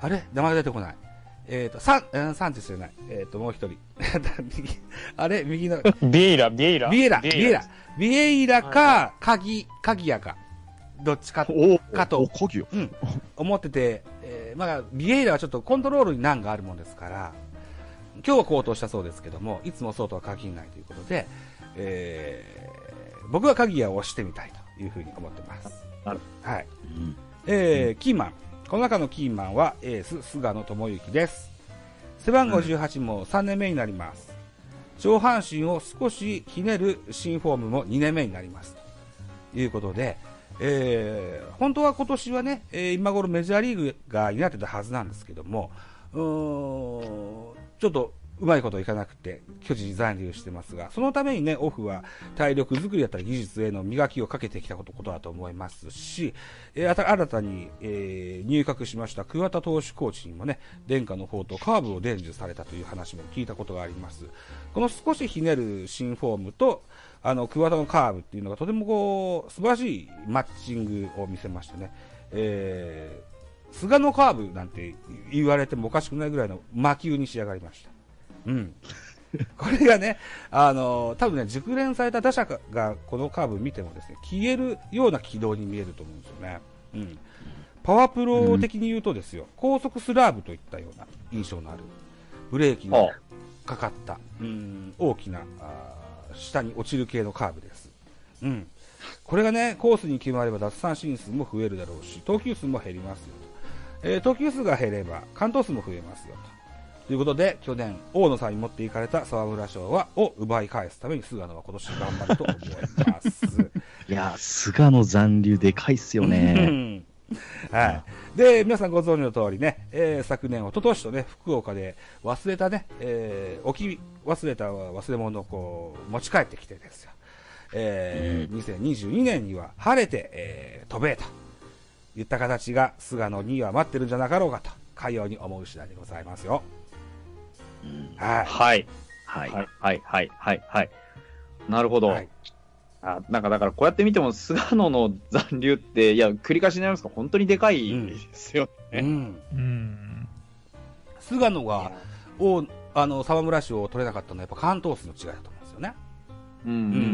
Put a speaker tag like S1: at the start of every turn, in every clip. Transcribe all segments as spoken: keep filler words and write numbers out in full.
S1: あれ名前が出てこない。えっ、ー、と、サン、うん、サンチェスじゃない。えっ、ー、と、もう一人。あれ右の。
S2: ビエイラ、ビエイラ。
S1: ビエイラ、ビエイラ。ビエイラか、カギ、カギヤか。どっちか、かと、うん、思ってて、えー、まあ、ビエイラはちょっとコントロールに難があるもんですから、今日は高騰したそうですけども、いつもそうとは限らないということで、えー、僕はカギヤを押してみたいというふうに思ってます。
S2: なるほど。
S1: はい。うん、えー、キーマン。この中のキーマンはエース、菅野智之です。背番号じゅうはちもさんねんめになります。上半身を少しひねる新フォームもにねんめになります。ということで、えー、本当は今年はね、えー、今頃メジャーリーグが担ってたはずなんですけども、うーん、ちょっとうまいこといかなくて巨人に残留してますが、そのためにね、オフは体力作りだったり技術への磨きをかけてきたことだと思いますし、えー、新たに、えー、入閣しました桑田投手コーチにもね、伝家の宝刀カーブを伝授されたという話も聞いたことがあります。この少しひねる新フォームとあの桑田のカーブっていうのがとてもこう素晴らしいマッチングを見せましてね、えー、菅のカーブなんて言われてもおかしくないぐらいの魔球に仕上がりました。うん、これがね、あの多分ね、熟練された打者がこのカーブ見てもですね、消えるような軌道に見えると思うんですよね。うん、パワープロ的に言うとですよ、うん、高速スラーブといったような印象のあるブレーキのかかった、うん、大きな下に落ちる系のカーブです。うん、これがね、コースに決まれば奪三振数も増えるだろうし、投球数も減りますよと、えー、投球数が減れば完投数も増えますよと。ということで、去年、大野さんに持っていかれた沢村賞はを奪い返すために、菅野は今年頑張ると思います。
S3: いや、菅野残留でかいっすよね。
S1: はい。で、皆さんご存知の通りね、えー、昨年、一昨年とね、福岡で忘れたね、えー、置き忘れた忘れ物をこう、持ち帰ってきてですよ。えー、うん、にせんにじゅうにねんには晴れて、えー、飛べといった形が、菅野には待ってるんじゃなかろうかと、かように思う次第でございますよ。
S2: はい。はい。はい。はい。はい。はい。はい。はい。なるほど。はい、あ、なんかだからこうやって見ても、菅野の残留って、いや、繰り返しになりますが、本当にでかいですよね。うん。うん、
S1: 菅野が、を、あの、沢村賞を取れなかったのは、やっぱ関東数の違いだと思うんですよね。うん。うん。うん。うん。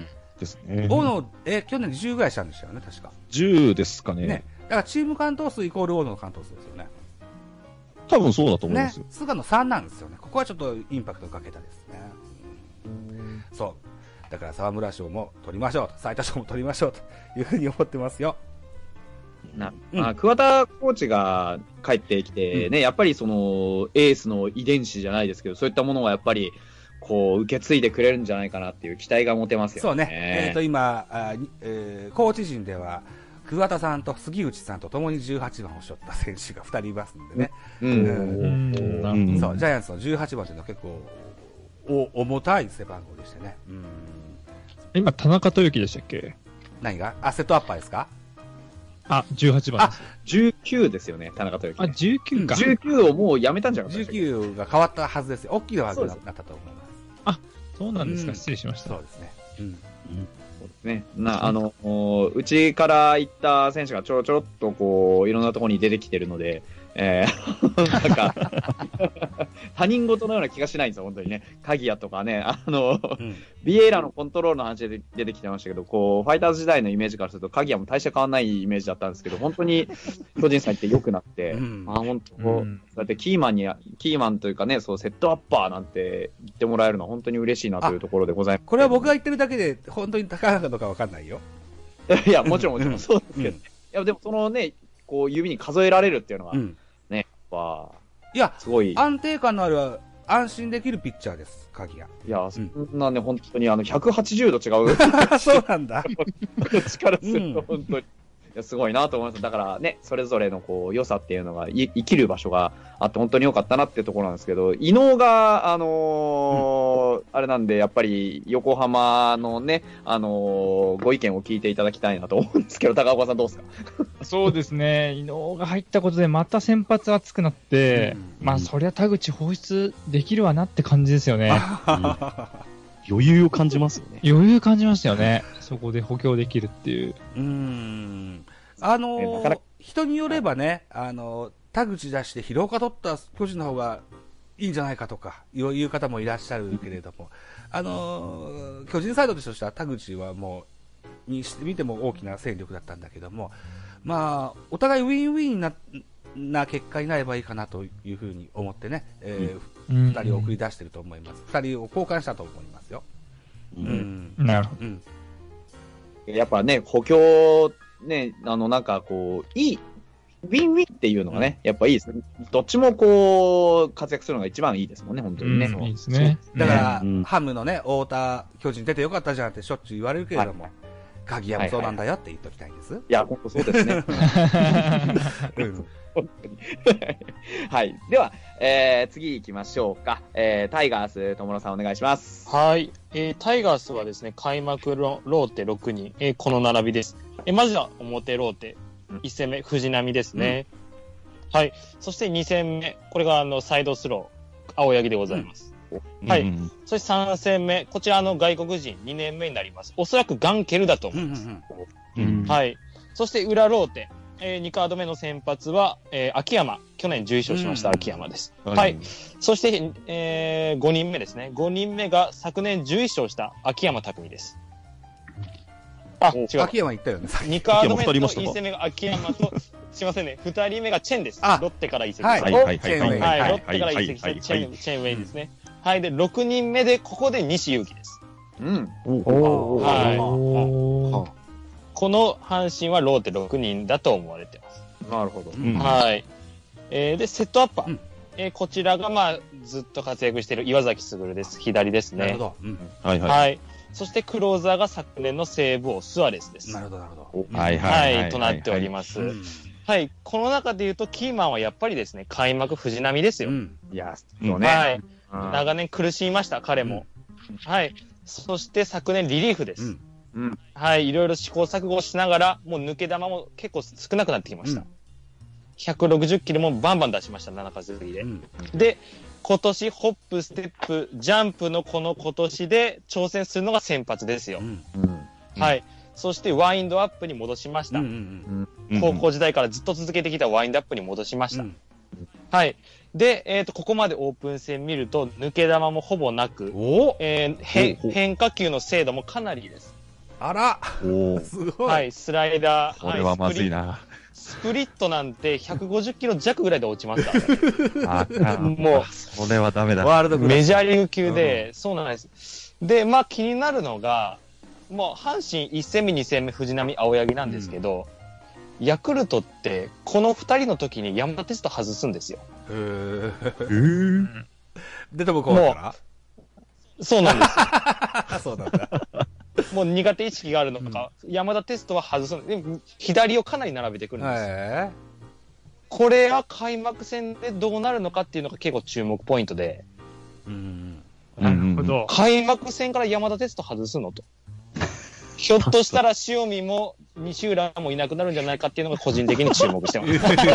S3: ですね。
S1: 大野、え、去年じゅうぐらいしたんでしたよね、確か。
S3: じゅうですかね。
S1: ね。だからチーム関東数イコール大野の関東数ですよね。
S3: 多分そうだと思いますよ。
S1: ね、菅野さんなんですよね。ここはちょっとインパクトをかけたですね。うそう。だから沢村賞も取りましょうと、斉田賞も取りましょうというふうに思ってますよ。
S2: な、うん、あ、桑田コーチが帰ってきてね、うん、やっぱりそのエースの遺伝子じゃないですけど、そういったものはやっぱりこう受け継いでくれるんじゃないかなっていう期待が持てますよね。
S1: そうね。えっ、ー、と今あ、えー、コーチ陣では。桑田さんと杉内さんとともにじゅうはちばんを背負った選手がふたりいますんでね。うんうんうん、そうジャイアンツのじゅうはちばんというのは結構お重たい背番号でしてね。うん、
S4: 今田中豊樹でしたっけ？
S1: 何が？あ、セットアッパーですか？
S4: あ、じゅうはちばんです。
S2: あ、じゅうきゅうですよね、田中豊樹、ね。
S4: あ、じゅうきゅうか。
S2: じゅうきゅうをもうやめたんじゃなかったっけ？
S1: じゅうきゅうが変わったはずですよ。大きな枠になったと思います。
S4: あ、そうなんですか。うん、失礼しました。
S1: そうですね。うん。うん
S2: そうですね。な、あの、うちから行った選手がちょろちょろっとこう、いろんなところに出てきてるので、えー、なんか、他人事のような気がしないんですよ、本当にね。鍵谷とかね、あの、うん、ビエイラのコントロールの話で出てきてましたけど、こう、ファイターズ時代のイメージからすると、鍵谷も大して変わらないイメージだったんですけど、本当に巨人さんって良くなって、うん、あ、本当、うん、だってキーマンに、キーマンというかね、そう、セットアッパーなんて言ってもらえるのは本当に嬉しいなというところでございます。
S1: これは僕が言ってるだけで、本当に高いのかわかんないよ。
S2: いや、もちろんもちろんそうですけど、ね、うん、いや、でもそのね、こう、指に数えられるっていうのは、うんね、わ
S1: いや、すごい安定感のある安心できるピッチャーです、鍵谷。
S2: いや、そんなね、うん、本当にあのひゃくはちじゅうど違う。
S1: そうなんだ。
S2: こっちからすると本当に。いやすごいなと思います。だからね、それぞれのこう良さっていうのがい生きる場所があって本当に良かったなっていうところなんですけど、伊能があのーうん、あれなんでやっぱり横浜のね、あのー、ご意見を聞いていただきたいなと思うんですけど、高岡さんどうですか？
S4: そうですね、伊能が入ったことでまた先発熱くなって、うん、まあそりゃ田口放出できるわなって感じですよね。うん、
S3: 余裕を感じますよね。
S4: 余裕感じましたよね。そこで補強できるっていう。
S1: うーん。あのー、人によればね、あのー、 田口出して広岡取った巨人の方がいいんじゃないかとかいう方もいらっしゃるけれども、あのー、巨人サイドとしては田口はもうにしてみても大きな戦力だったんだけども、まあお互いウィンウィンなな結果になればいいかなというふうに思ってね、えーうん、ふたりを送り出していると思います。ふたりを交換したと思いますよ。
S4: うん、うん、なるほど、うん。
S2: やっぱね、補強、ね、あの、なんかこう、いい、ウィンウィンっていうのがね、やっぱいいですね。どっちもこう、活躍するのが一番いいですもんね、本当にね。
S4: うん、いいですね。
S1: だから、うん、ハムのね、太田、巨人出てよかったじゃんってしょっちゅう言われるけれども、はい、鍵谷もそうなんだよって言っときたいんです。はい
S2: はい、いや、本当そうですね。うんはい。では、えー、次行きましょうか。えー、タイガース、友野さんお願いします。
S5: はい。えー、タイガースはですね、開幕ロローテろくにん、えー、この並びです。えー、まずは表ローテ、いっ戦目、藤浪ですね。うん、はい。そしてに戦目、これがあの、サイドスロー、青柳でございます。うん、はい。うん、そしてさん戦目、こちらの外国人にねんめになります。おそらくガンケルだと思います。うんうんうん、はい。そして裏ローテ。えー、にカード目の先発は、えー、秋山。去年じゅういっ勝しました秋山です。うん、はい。そして、えー、ごにんめですね。ごにんめが昨年じゅういっ勝した秋山拓実です。あ、違う。
S1: 秋山言ったよね。
S5: にカード目といち戦目が秋山と、すいませんね。ふたりめがチェンです。ロッテから移籍した。
S1: はい、はい、はい。
S5: はい、ロッテから移籍したチェン、チェンウェイですね。はい。で、ろくにんめで、ここで西勇輝です。
S2: うん。
S5: おはい。この阪神はローテろくにんだと思われてます。
S2: なるほど。
S5: はい。えー、で、セットアッパー。うん、えー、こちらが、まあ、ずっと活躍している岩崎優です。左ですね。
S1: なるほど。うん、
S5: はいはい。はい。そしてクローザーが昨年の西武王スアレスです。
S1: なるほど、なるほ
S5: ど。はいはい。はい、となっております。うん、はい。この中で言うと、キーマンはやっぱりですね、開幕藤浪ですよ。うん、
S2: いや、そうね。
S5: はい。長年苦しみました、彼も。うん、はい。そして昨年リリーフです。うんうん、はい、いろいろ試行錯誤しながら、もう抜け球も結構少なくなってきました。うん、ひゃくろくじゅっキロもバンバン出しました、ななかずりで、うん。で、今年、ホップ、ステップ、ジャンプのこの今年で挑戦するのが先発ですよ。うんうん、はい。そして、ワインドアップに戻しました、うんうんうん。高校時代からずっと続けてきたワインドアップに戻しました。うん、はい。で、えっと、ここまでオープン戦見ると、抜け球もほぼなく、えー、変化球の精度もかなりです。
S1: あら
S3: お
S1: すごい。
S5: はい、スライダー。
S3: これはまずいな。
S5: スプリットなんてひゃくごじゅっキロ弱ぐらいで落ちますからね。
S3: あもう、それはダメだ。
S5: ワールドメジャーリーグ級で、うん、そうなんです。で、まあ気になるのが、もう阪神いち戦目に戦目藤浪青柳なんですけど、うん、ヤクルトってこのふたりの時に山田哲人外すんですよ。
S1: へー。で、でもこうだから
S5: そうなんです。
S1: そうなんだ。
S5: もう苦手意識があるのか、うん、山田哲人は外すの。で左をかなり並べてくるんです。
S1: へ
S5: これは開幕戦でどうなるのかっていうのが結構注目ポイントで。
S1: うん。
S5: なるほど。開幕戦から山田哲人外すのと。ひょっとしたら塩見も西浦もいなくなるんじゃないかっていうのが個人的に注目してます。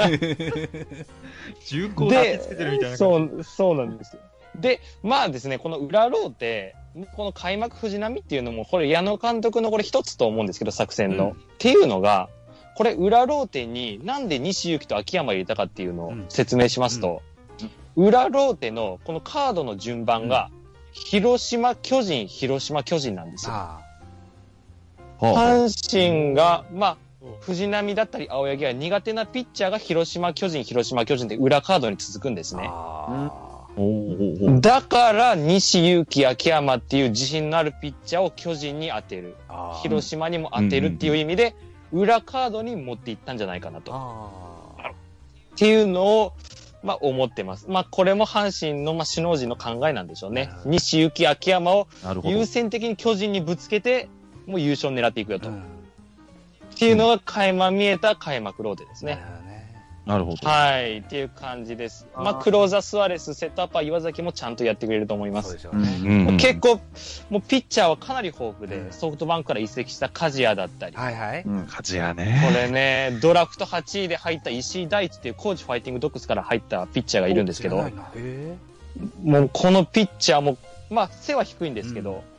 S4: 重厚なってつけてるみたいな。
S5: そう、そうなんですよ。で、まあですね、この裏ローテ、この開幕藤浪っていうのも、これ矢野監督のこれ一つと思うんですけど、作戦の。うん、っていうのが、これ裏ローテになんで西勇輝と秋山入れたかっていうのを説明しますと、うんうん、裏ローテのこのカードの順番が、広島、巨人、広島、巨人なんですよ。ああ阪神が、まあ、藤浪だったり青柳が苦手なピッチャーが広島、巨人、広島、巨人で裏カードに続くんですね。あだから西勇輝、秋山っていう自信のあるピッチャーを巨人に当てる、広島にも当てるっていう意味で、裏カードに持っていったんじゃないかなと。っていうのを、まあ思ってます。まあこれも阪神のまあ首脳陣の考えなんでしょうね。西勇輝、秋山を優先的に巨人にぶつけて、もう優勝を狙っていくよと。っていうのが垣間見えた開幕ローテですね。
S3: なるほど。
S5: はい。っていう感じです。あまあ、クローザースアレス、セットアッパー岩崎もちゃんとやってくれると思います。そうでしょうね。うんうん、結構、もうピッチャーはかなり豊富で、うん、ソフトバンクから移籍した梶谷だったり。
S1: はいはい。
S3: うん、梶谷ね。
S5: これね、ドラフトはちいで入った石井大地っていう高知ファイティングドッグスから入ったピッチャーがいるんですけど、もうこのピッチャーも、まあ背は低いんですけど、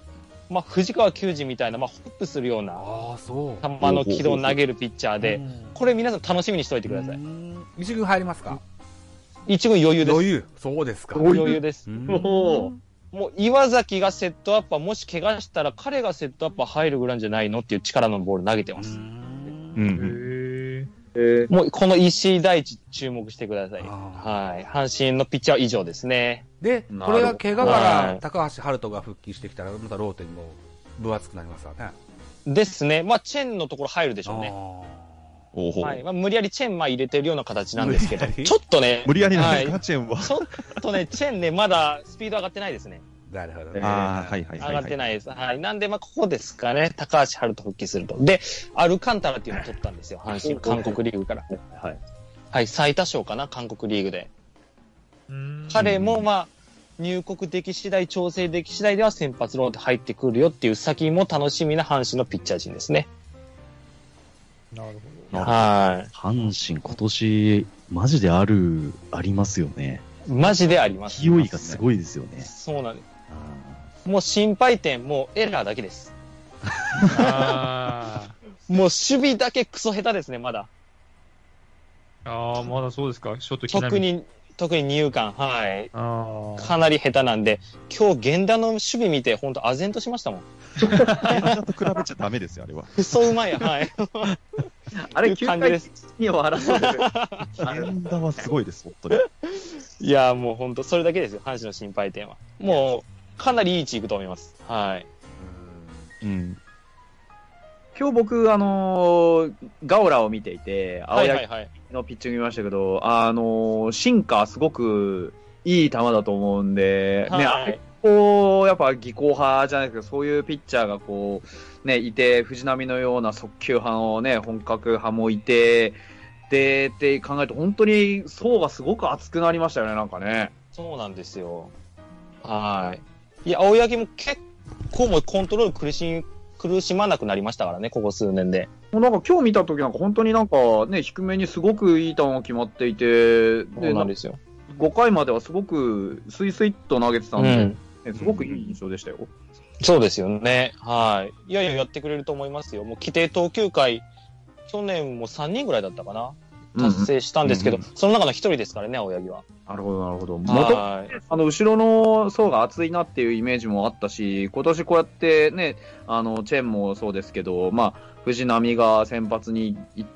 S5: まあ、藤川球児みたいな、まあ、ホップするような
S1: ああ、そう。
S5: 球の軌道を投げるピッチャーで、これ皆さん楽しみにしておいてください。
S1: 一軍入りますか？
S5: 一軍余裕です。
S1: 余裕。そうですか。
S5: 余裕です。
S2: おー
S5: もう岩崎がセットアッパー、もし怪我したら彼がセットアッパー入るぐらいじゃないのっていう力のボール投げてます。
S3: うん
S2: えー
S5: もうこの石井大地注目してください。
S1: あ
S5: はい。阪神のピッチャーは以上ですね。
S1: で、
S2: なるほど
S1: これが怪我か
S5: はい
S1: ら高橋遥人が復帰してきたら、またローテにも分厚くなりますわね。
S5: ですね。まあ、チェンのところ入るでしょうね。
S3: おほ
S5: はい。まあ、無理やりチェンまあ入れてるような形なんですけど、
S1: 無理やり
S5: ちょっとね、
S3: 無理やりなんですか、
S5: はい
S3: チェーンは。
S5: ちょっとね、チェンね、まだスピード上がってないですね。
S1: なるほどね。
S3: ああ、はいはいはい、
S5: 上が
S3: はい。
S5: ってないです。はい。なんで、まあ、ここですかね。高橋遥人復帰すると。で、アルカンタラっていうのを取ったんですよ。阪神、韓国リーグから。
S2: はい。
S5: はい。最多勝かな、韓国リーグで。彼も、まあ、入国でき次第、調整でき次第では先発ローテ入ってくるよっていう先も楽しみな阪神のピッチャー陣ですね。
S4: なる
S5: は
S3: 阪神今年、マジである、ありますよね。
S5: い。マジであります。
S3: 勢いがすごいですよね。
S5: そうなんです。
S3: あ
S5: もう心配点、もうエラーだけです。
S4: あ
S5: もう守備だけクソ下手ですね、まだ。
S4: ーあー、まだそうですか。ショート
S5: 特に、特に二遊間、はい。
S4: ああ。
S5: かなり下手なんで、今日源田の守備見て、ほんと唖然としましたもん。
S3: ー源田と比べちゃダメですよ、あれは。
S5: クソうまい、はい。
S2: あれ、
S5: いう
S2: きゅうかい
S5: 感じです。
S2: にを争うてる。
S3: 源田はすごいです、本当に。
S5: いや、もうほんと、それだけですよ、阪神の心配点は。もう、かなりいい位置いくと思います。はい。
S3: うん。
S2: 今日僕、あのーガオラを見ていて、青
S5: はいは
S2: 柳
S5: いはい。
S2: のピッチング見ましたけど、あのーシンカーすごくいい球だと思うんで、ね、あ
S5: はい
S2: れこう、やっぱ技巧派じゃないですけど、そういうピッチャーがこう、ね、いて、藤浪のような速球派のね、本格派もいて、で、って考えると、本当に層がすごく厚くなりましたよね、なんかね。
S5: そうなんですよ。はい。いや、青柳も結構もうコントロール苦し苦しまなくなりましたからね、ここ数年で。
S2: もうなんか今日見た時なんか本当になんかね、低めにすごくいい球が決まっていて、
S5: そうなんですよ。
S2: ごかいまではすごくスイスイっと投げてたんで、
S5: うん。
S2: ねすごくいい印象でしたよ。
S5: そうですよね。はい。いやいや、やってくれると思いますよ。もう規定投球回、去年もさんにんぐらいだったかな。達成したんですけど、
S3: うん
S5: その中の一人ですからね、青柳は。
S2: なるほど、なるほど。元
S5: はい。
S2: あの、後ろの層が厚いなっていうイメージもあったし、今年こうやってね、あの、チェンもそうですけど、まあ、藤浪が先発に行って、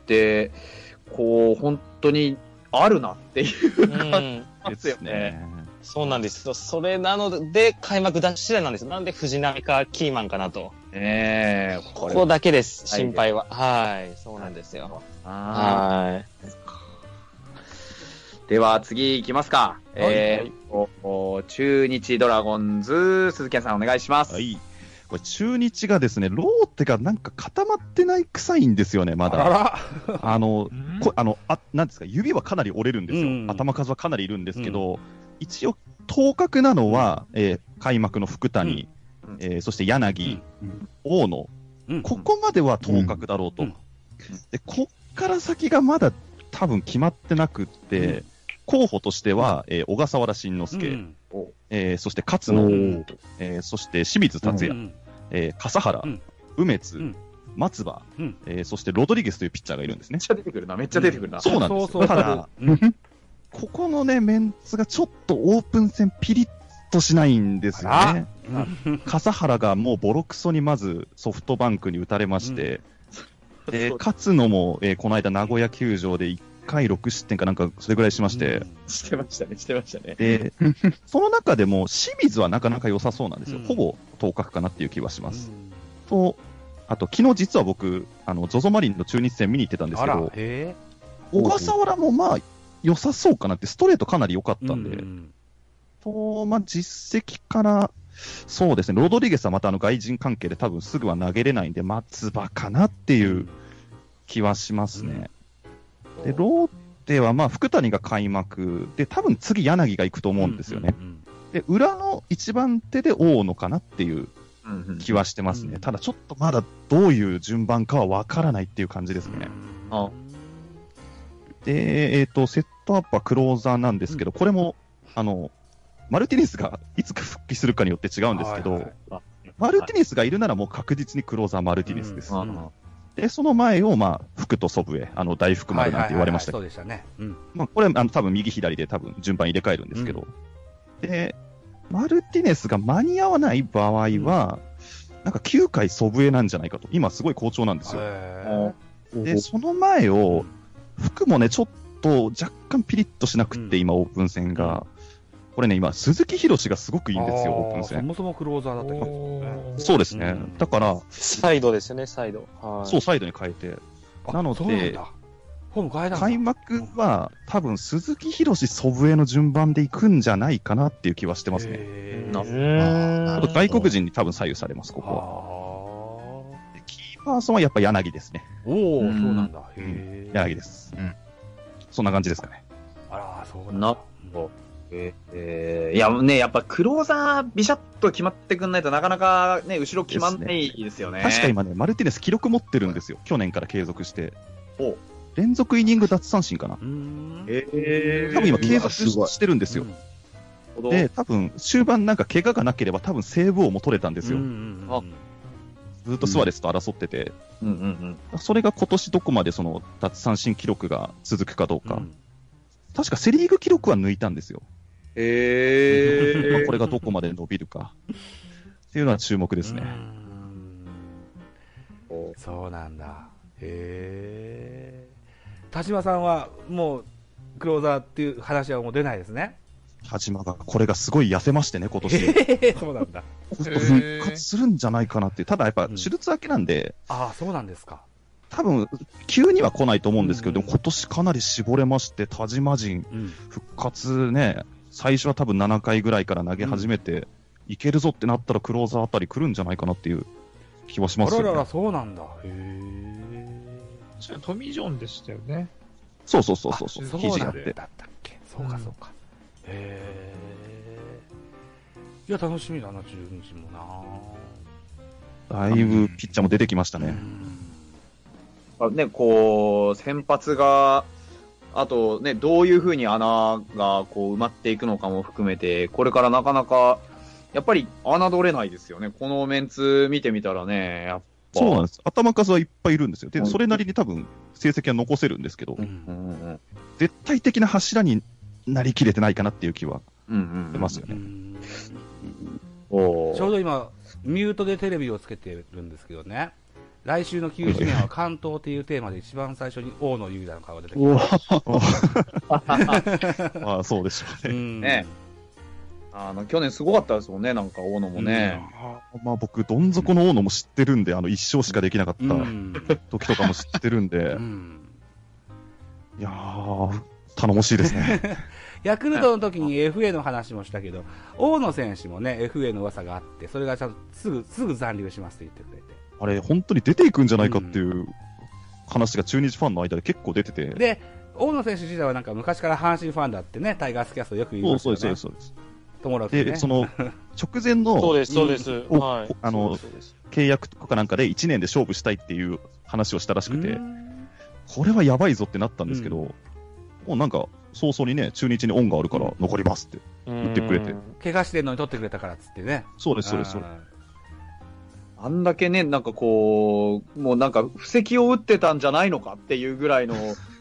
S2: こう、本当にあるなっていう
S5: う
S2: 感
S5: ん。
S2: じですよね。
S5: そうなんですよ。それなので、開幕出し次第なんですよ。なんで藤浪かキーマンかなと。
S2: ねえ、
S5: ここだけです、
S2: はい
S5: 心配は。はい。そうなんですよ。
S2: あ
S5: はい。
S2: ーでは次行きますか。えーおお中日ドラゴンズ、鈴木さんお願いします。
S3: はい。これ中日がですね、ローテがなんか固まってない臭いんですよね、ま
S1: あ
S3: だ。
S1: ら。
S3: あの、
S4: うん
S3: こあの、あ、なんですか、指はかなり折れるんですよ。
S1: うん
S3: 頭数はかなりいるんですけど、一応、当確なのは、えー開幕の福谷、
S2: うん
S3: えーそして柳、大野、
S1: うん
S3: ここまでは当確だろうと。
S1: うん
S3: で、こっから先がまだ多分決まってなくって、
S1: うん
S3: 候補としては、えー小笠原慎之介、
S1: うん
S3: えーそして勝野、
S1: ん
S3: えーそして清水達也、
S1: うん
S3: えー笠原、
S1: うん
S3: 梅津、
S1: うん
S3: 松葉、
S1: うん
S3: えーそしてロドリゲスというピッチャーがいるんですね
S2: めっ。ちゃ出てくるな、めっちゃ出てくるな。
S3: そうなんですよ。
S1: そうそう
S3: ただ、
S1: うん
S3: ここのね、メンツがちょっとオープン戦ピリッとしないんですよね。笠原がもうボロクソにまずソフトバンクに打たれまして、で
S2: そう
S3: 勝野も、えーこの間名古屋球場でいっかいろく失点かなんかそれぐらいしまして、
S2: してましたね、してましたね。
S3: で、その中でも清水はなかなか良さそうなんですよ。
S1: うん
S3: ほぼ当確かなっていう気はします。と、あと昨日実は僕、あの、ゾゾマリンの中日戦見に行ってたんです
S1: あら、
S3: けど、
S1: へ
S3: 小笠原もまあ良さそうかなって、ストレートかなり良かったんで、
S1: うん
S3: と、まあ、実績から、そうですね、ロドリゲスはまたあの外人関係で多分すぐは投げれないんで、松葉かなっていう気はしますね。で、ローテはまあ福谷が開幕で、多分次柳が行くと思うんですよね。
S1: うん
S3: で、裏の一番手で大野かなっていう
S2: うんうん
S3: 気はしてますね。
S1: うん
S3: ただちょっとまだどういう順番かはわからないっていう感じですね。
S2: あ
S3: で、えっ、と、セットアップはクローザーなんですけど、これも、あの、マルティネスがいつ復帰するかによって違うんですけど、
S1: はいはい
S3: マルティネスがいるならもう確実にクローザーマルティネスです。
S2: うん
S3: で、その前を、まあ、福と祖父江、あの、大福丸なんて言われましたけど、
S1: そうでしたね。うん。
S3: まあ、これ、あの、多分右左で多分順番入れ替えるんですけど、で、マルティネスが間に合わない場合は、なんかきゅうかい祖父江なんじゃないかと。今すごい好調なんですよ。
S1: へ
S3: で、その前
S1: ー
S3: を、福もね、ちょっと若干ピリッとしなくって、
S1: うん
S3: 今、オープン戦が。これね、今、鈴木博がすごくいいんですよ、オープン
S1: あーそ
S3: 戦。
S1: もそもクローザーだったけどね。
S3: そうですね。
S1: うん
S3: だから、
S5: サイドですよね、サイド。はい。
S3: そう、サイドに変えて、
S1: あ
S3: なので
S1: そうなんだ。フォーム変えたんだ。
S3: 開幕は多分、鈴木博祖父江の順番で行くんじゃないかなっていう気はしてますね。
S2: な
S1: へー
S5: うーん
S3: あと外国人に多分左右されます、ここは。
S1: あ
S3: でキーパーソンはやっぱ柳ですね。
S1: ーおお、そう
S2: うん
S1: なんだ。へー
S3: 柳です。うん。そんな感じですかね。
S1: あら、そうなん
S2: な
S1: だ。
S2: えーえーいやね、やっぱクローザービシャッと決まってくんないとなかなかね、後ろ決まんないですよね。
S3: 確か今ね、マルティネス記録持ってるんですよ。去年から継続して。
S2: お
S3: 連続イニング奪三振かな。
S1: うーん。
S2: えー
S3: 多分今継続
S6: うわすごい
S3: してるんですよ。
S1: うん
S3: で、多分終盤なんか怪我がなければ多分セーブ王も取れたんですよ。
S1: うんうんうん
S2: あ
S3: ずっとスワレスと争ってて。
S2: うんうんうん。
S3: それが今年どこまでその奪三振記録が続くかどうか。
S1: うん
S3: 確かセリーグ記録は抜いたんですよ。まあ
S2: えー、
S3: これがどこまで伸びるか。っていうのは注目ですね。
S1: うーんそうなんだ。へえ。田島さんはもうクローザーっていう話はもう出ないですね。
S3: 田島が、これがすごい痩せましてね、今年。
S1: へえ、そうなんだ。
S3: 復活するんじゃないかなっていう。ただやっぱ手術明けなんで、
S1: ああ、そうなんですか。
S3: 多分、急には来ないと思うんですけど、
S1: うん
S3: でも今年かなり絞れまして、田島陣、
S1: うん。
S3: 復活ね、最初は多分ななかいぐらいから投げ始めて、いけるぞってなったらクローザーあたり来るんじゃないかなっていう気はしますよね。
S1: あららら、そうなんだ。へえ。
S4: それトミー・ジョンでしたよね。
S3: そうそうそうそうそう、
S1: そう
S3: 肘があって
S1: だった。っけ。そうか、そうか。へえ。いや、楽しみだな、じゅうにちもな。
S3: だいぶピッチャーも出てきましたね。
S2: ね、こう、先発が、あとね、どういうふうに穴がこう埋まっていくのかも含めて、これからなかなか、やっぱり侮れないですよね。このメンツ見てみたらね、やっぱ。
S3: そうなんです。頭数はいっぱいいるんですよ。で、
S2: うん
S3: それなりに多分成績は残せるんですけど、
S1: うん
S2: うんうん
S3: 絶対的な柱になりきれてないかなっていう気は
S2: うんうん
S3: 出ますよね。
S1: うん
S2: おー
S1: ちょうど今、ミュートでテレビをつけてるんですけどね、来週のきゅうじゅうねんは関東っていうテーマで一番最初に大野雄大の顔が出てき
S6: うわ
S3: まあそうでしょうね。
S1: うん
S2: ねあの、去年すごかったですもんね、なんか大野もね。
S3: まあ僕、どん底の大野も知ってるんで、あの一勝しかできなかった
S1: うん
S3: 時とかも知ってるんで、
S1: うん
S3: いやー、頼もしいですね。
S1: ヤクルトの時に エフエー の話もしたけど、大野選手もね、エフエー の噂があって、それがちゃんとすぐ、すぐ残留しますって言ってくれて。
S3: あれ、本当に出ていくんじゃないかっていう話が中日ファンの間で結構出てて、
S1: で、大野選手自体はなんか昔から阪神ファンだってね、タイガースキャストよく言い
S3: そう
S1: ますよね。
S3: そうです、そうです。そうです
S1: 友達ね。
S3: で、その、直前の
S5: そうです、そうです。
S3: お
S5: はい。
S3: あの
S5: そうです
S3: 契約とかなんかでいちねんで勝負したいっていう話をしたらしくて、
S1: うん
S3: これはやばいぞってなったんですけど、もうなんか、早々にね、中日に恩があるから残りますって。言ってくれて
S5: うん
S1: 怪我してんのに取ってくれたからっつってね。
S3: そうです、そうです、そうです。
S2: あんだけね、なんかこう、もうなんか布石を打ってたんじゃないのかっていうぐらいの、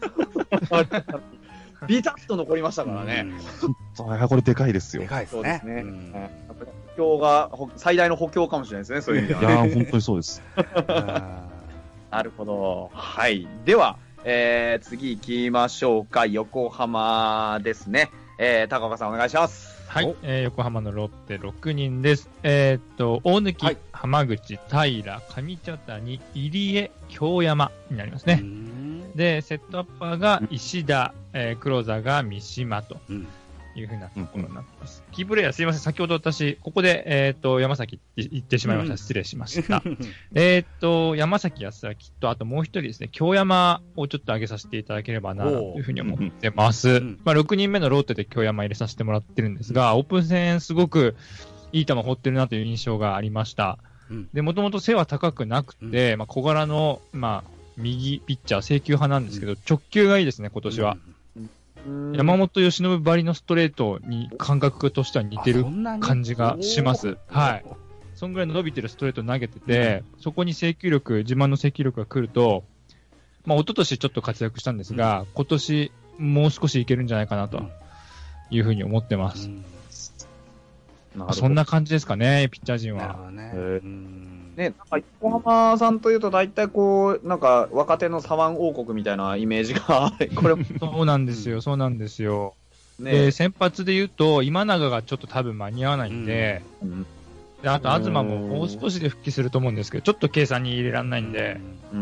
S2: ビタッと残りましたからね。
S3: あーこれでかいですよ。
S1: でかいですね。
S2: そうですね。
S1: うん
S2: やっぱり補強が、ほ最大の補強かもしれないですね、そういう意味では。
S3: いやー、本当にそうです。
S2: なるほど。はい。では、えー、次行きましょうか。横浜ですね。えー、高岡さんお願いします。
S1: お、
S4: はいえー横浜のロッテろくにんです。えーっと、大貫、
S1: はい
S4: 浜口、平、上茶谷、入江、京山になりますね。
S1: うん
S4: で、セットアッパーが石田、えークローザーが三島と
S1: うん
S4: いうふうなところになってます。キープレイヤーすいません。先ほど私、ここで、えーっと、山崎って言ってしまいました。
S1: うん
S4: 失礼しました。えーっと、山崎康明と、あともう一人ですね、京山をちょっと上げさせていただければな、というふうに思ってます。
S1: ん
S4: まあ、ろくにんめのローテで京山入れさせてもらってるんですが、オープン戦すごくいい球放ってるなという印象がありました。
S1: うん
S4: で、もともと背は高くなくて、まあ、小柄の、まあ、右ピッチャー、制球派なんですけど、直球がいいですね、今年は。山本由伸ばりのストレートに感覚としては似てる感じがします。はい。 そんぐらいの伸びてるストレート投げてて、うん、そこに制球力、自慢の制球力が来ると、まあ、一昨年ちょっと活躍したんですが、うん、今年もう少しいけるんじゃないかなというふうに思ってます。うんまあ、そんな感じですかね、ピッチャー陣は。なるほどね。
S2: ね、なんか横浜さんというと大体こう、なんか若手の左腕王国みたいなイメージが、これ
S4: そうなんですよ、そうなんですよ。ね、で、先発で言うと、今永がちょっと多分間に合わないんで、うん、であと東ももう少しで復帰すると思うんですけど、ちょっと計算に入れられないんで、うん、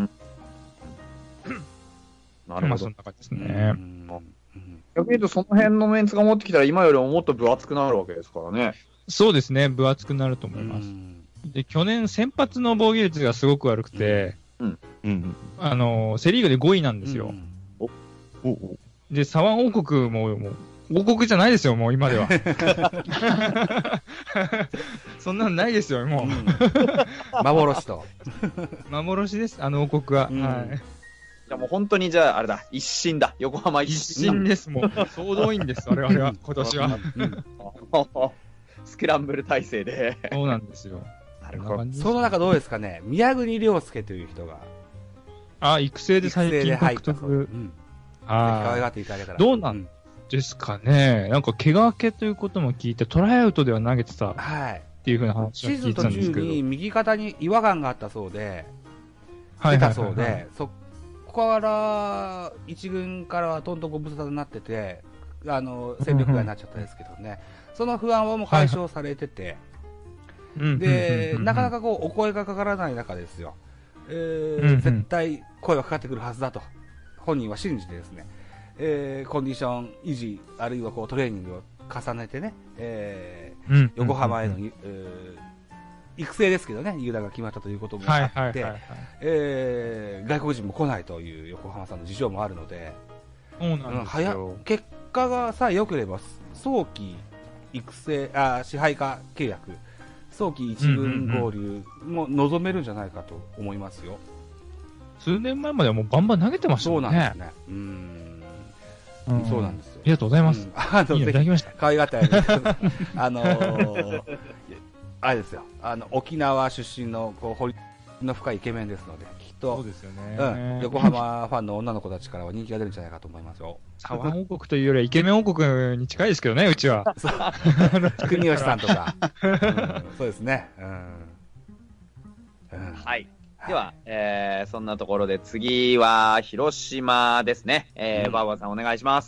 S4: なるほど。まあそんな感じですね。
S2: 逆に言うと、その辺のメンツが持ってきたら、今よりももっと分厚くなるわけですからね。
S4: そうですね、分厚くなると思います。で、去年、先発の防御率がすごく悪くて、うんうん、あの、セリーグでごいなんですよ。うん、おおで、左腕王国も、もう、王国じゃないですよ、もう今では。そんなのないですよ、もう。うん、
S1: 幻と。
S4: 幻です、あの王国は。うん、はい。
S2: じゃあもう本当にじゃああれだ、一新だ、横浜一新。
S4: 一新です、もう。総動員です、我々は、今年は。
S2: スクランブル体制で。
S4: そうなんですよ。
S1: なるほど。その中どうですかね、宮国亮介という人が。
S4: あ、育成で最近獲得。うん。
S1: ああ。可愛がっていただけたら。
S4: どうなんですかね。なんか怪我明けということも聞いて、トライアウトでは投げてた。はい。っていうふうな話を聞いてたんですけど。シーズン途中に
S1: 右肩に違和感があったそうで、出たそうで、そこから一軍からはとんとご無沙汰になってて、あの戦力外になっちゃったんですけどね。その不安はもう解消されてて、で、なかなかこうお声がかからない中ですよ。えーうんうん、絶対声はかかってくるはずだと本人は信じてですね、えー、コンディション維持あるいはこうトレーニングを重ねてね、えーうん、横浜への、えー、育成ですけどね、入団が決まったということもあって、外国人も来ないという横浜さんの事情もあるので、
S4: そうなんですよ。
S1: 結果がさえ良ければ早期育成あ支配下契約、早期一軍合流も望めるんじゃないかと思いますよ。
S4: 数年前まではもうバンバン投げてましたもんね。
S1: そうなんですね。うーん。そうなんですよ。
S4: ありがとうございます。うん、
S1: あの、
S4: いいのいただきました。
S1: 可愛がったよね。あのー、あれですよ。あの、沖縄出身の、こう、彫りの深いイケメンですので、きっと、
S4: そうですよね。
S1: うん。横浜ファンの女の子たちからは人気が出るんじゃないかと思いますよ。
S4: 左腕王国というよりはイケメン王国に近いですけどね、うちは。
S1: 国吉さんとか。うん、そうですね。うん。
S2: うん、はい。では、えー、そんなところで次は広島ですね。えー、うん、バーバーさんお願いします。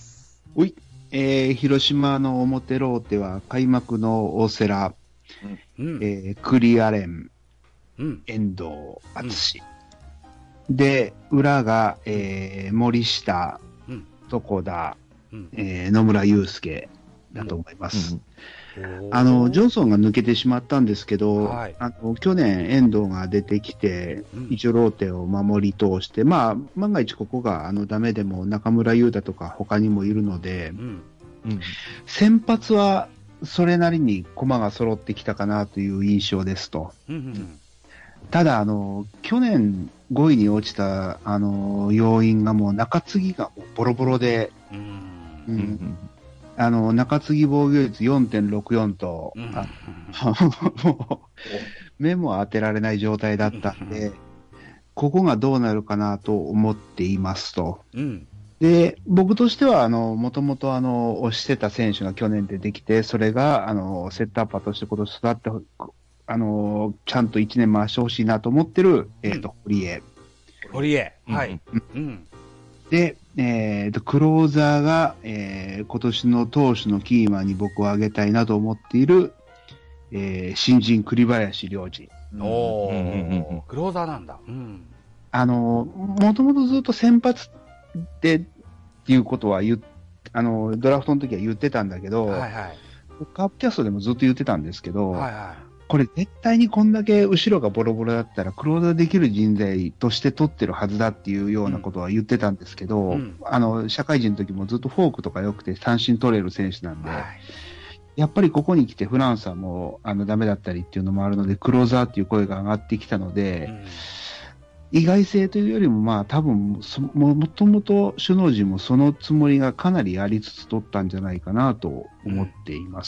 S6: おい、えー、広島の表ローテは開幕の大瀬良、うん、えー、栗アレン、うん、遠藤敦、うん、で、裏が、えー、森下、うん、床田、うん、えー、野村祐介だと思います。うんうんあの、ジョンソンが抜けてしまったんですけど、はい、あの去年遠藤が出てきて、うん、一応ローテを守り通して、まあ、万が一ここがあのダメでも中村優太とか他にもいるので、うんうん、先発はそれなりに駒が揃ってきたかなという印象ですと。うんうんうん、ただ、あの、去年ごいに落ちたあの要因がもう中継ぎがもうボロボロで、うんうんうんあの、中継ぎ防御率 よんてんろくよん と、うん、もう、目も当てられない状態だったんで、ここがどうなるかなと思っていますと。うん、で、僕としては、あの、もともとあの、推してた選手が去年出てきて、それが、あの、セットアッパーとして今年育って、あの、ちゃんといちねん回してほしいなと思ってる、えっ、ー、と、堀江。
S1: 堀江。はい。
S6: うん。で、えーと、クローザーが、えー、今年の投手のキーマンに僕は挙げたいなと思っている、えー、新人栗林良二。
S1: おー、うんうんうん、クローザーなんだ。うん。
S6: あの、もともとずっと先発でっていうことは言っ、あの、ドラフトの時は言ってたんだけど、はいはい、カープキャストでもずっと言ってたんですけど、はいはい、これ絶対にこんだけ後ろがボロボロだったらクローザーできる人材として取ってるはずだっていうようなことは言ってたんですけど、うん、あの、社会人の時もずっとフォークとか良くて三振取れる選手なんで、はい、やっぱりここに来てフランスはもうあのダメだったりっていうのもあるので、クローザーっていう声が上がってきたので、うん、意外性というよりもまあ多分も、もともと首脳陣もそのつもりがかなりありつつ取ったんじゃないかなと思っています。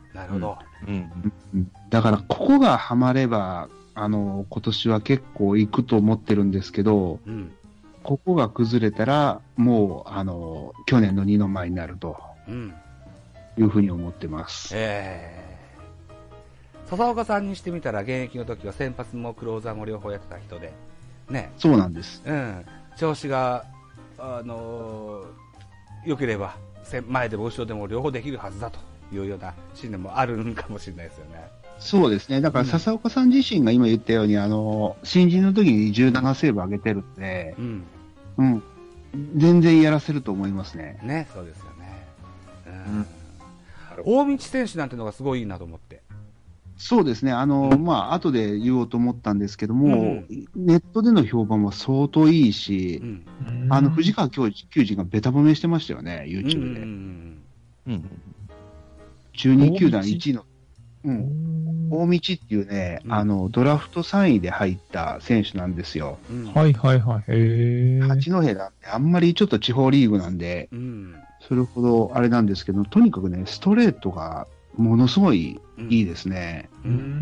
S1: なるほど。
S3: うん。
S6: うん、だから、ここがハマれば、あの、今年は結構行くと思ってるんですけど、うん、ここが崩れたら、もう、あの、去年の二の舞になると、いうふうに思ってます。
S1: えー、笹岡さんにしてみたら、現役の時は先発もクローザーも両方やってた人で、ね。
S6: そうなんです。
S1: うん。調子が、あのー、良ければ、前でも後ろでも両方できるはずだというような信念もあるんかもしれないですよね。
S6: そうですね。だから笹岡さん自身が今言ったように、あの、新人の時にじゅうななセーブ上げてるんで、うん。うん。全然やらせると思いますね。
S1: ね、そうですよね。うん。大道選手なんてのがすごいいいなと思って。
S6: そうですね。あの、うん、まあ、後で言おうと思ったんですけども、うん、ネットでの評判は相当いいし、うん、あの、藤川球児がベタ褒めしてましたよね、YouTube で。うん。うん、じゅうに球団いちいの、うん。大道っていうね、うん、あの、ドラフトさんいで入った選手なんですよ。
S4: うん、はいはいはい。へ
S6: 八戸なんで、あんまりちょっと地方リーグなんで、うん、それほどあれなんですけど、とにかくね、ストレートがものすごいいいですね。うん。うんうん、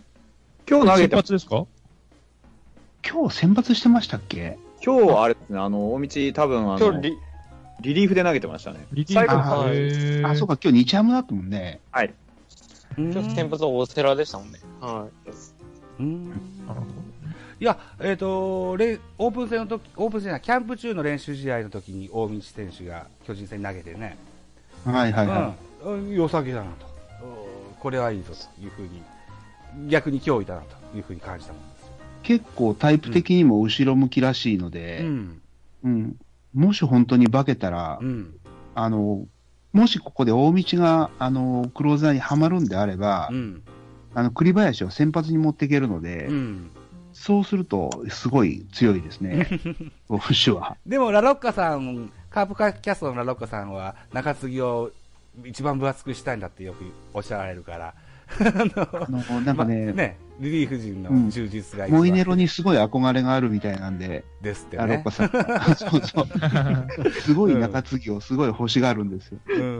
S4: 今日投げて先発ですか？
S6: 今日先発してましたっけ？
S2: 今日はあれですね、あの、大道多分あの、リ, リリーフで投げてましたね。
S4: リリーフ
S6: あ、あ、そうか、今日日ハムだったもんね。
S2: はい。
S5: 今日先発は大瀬良でしたもんね。はい。
S1: うん。いや、えっ、ー、と、レオープン戦の時、オープン戦はキャンプ中の練習試合の時に大道選手が巨人戦に投げてね。
S6: はいはいはい。
S1: うん、良さげだなと。これはいいぞというふうに、逆に脅威だなというふうに感じたもんですよ。
S6: 結構タイプ的にも後ろ向きらしいので、うん。うん、もし本当に化けたら、うん、あの、もしここで大道が、あの、クローザーにはまるんであれば、うん、あの、栗林を先発に持っていけるので、うん、そうすると、すごい強いですね、大道は。
S1: でも、ラロッカさん、カープキャストのラロッカさんは、中継ぎを一番分厚くしたいんだってよくおっしゃられるから、
S6: あの、なんかね、
S1: ま、ね、リリーフ陣の充実が、
S6: うん、モイネロにすごい憧れがあるみたいなんで、
S1: ですってね。
S6: ラロッカさんそうそう。すごい中継ぎをすごい欲しがるんですよ。うん。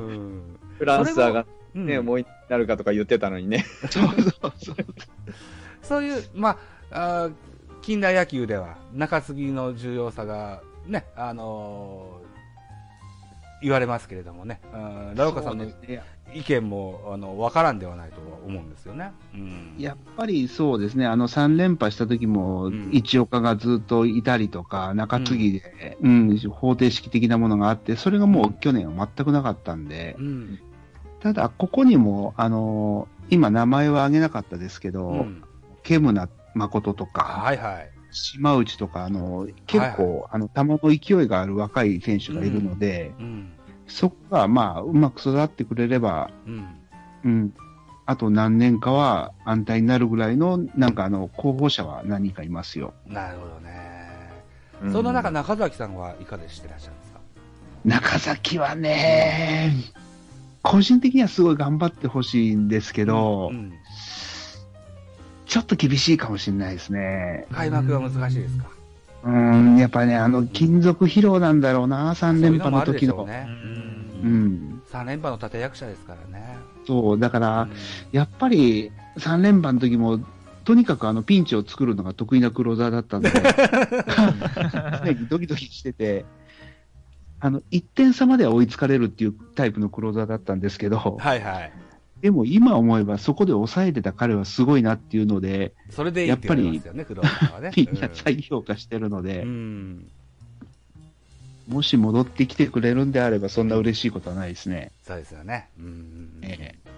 S2: フランスアがね、うん、もうなるかとか言ってたのにね。
S6: そうそうそう。
S1: そういう、まあ、あ近代野球では中継ぎの重要さがね、あのー、言われますけれどもね、うん、ラロッカさんの意見もあの分からんではないと思うんですよね。うん、
S6: やっぱりそうですね、あのさん連覇した時も、うん、一岡がずっといたりとか、中継ぎで、うんうん、方程式的なものがあって、それがもう去年は全くなかったんで、うん、ただ、ここにも、あのー、今、名前は挙げなかったですけど、うん、ケムナ誠とか、
S1: はいはい、
S6: 島内とか、あのー、結構、はいはい、あの球の勢いがある若い選手がいるので、うんうんそこが、まあ、うまく育ってくれれば、うん。うん。あと何年かは安泰になるぐらいの、なんかあの、候補者は何人かいますよ。
S1: なるほどね。うん、その中、中崎さんはいかがしてらっしゃるんですか？
S6: 中崎はね、個人的にはすごい頑張ってほしいんですけど、うんうん、ちょっと厳しいかもしれないですね。
S1: 開幕は難しいですか？
S6: うん、やっぱりね、あの、金属疲労なんだろうな、さん連覇の時の。そういうのもあるでしょうね。
S1: うん。さん連覇の立役者ですからね。
S6: そう、だから、うん、やっぱりさん連覇の時も、とにかくあの、ピンチを作るのが得意なクローザーだったんで、常にドキドキしてて、あの、いってん差までは追いつかれるっていうタイプのクローザーだったんですけど、
S1: はいはい。
S6: でも今思えばそこで抑えてた彼はすごいなっていうので、
S1: それでいいって言われますよね、工藤さんはね。
S6: みんな再評価してるので、うん、もし戻ってきてくれるんであればそんな嬉しいことはないですね。
S1: そうですよね。うん、
S6: ええ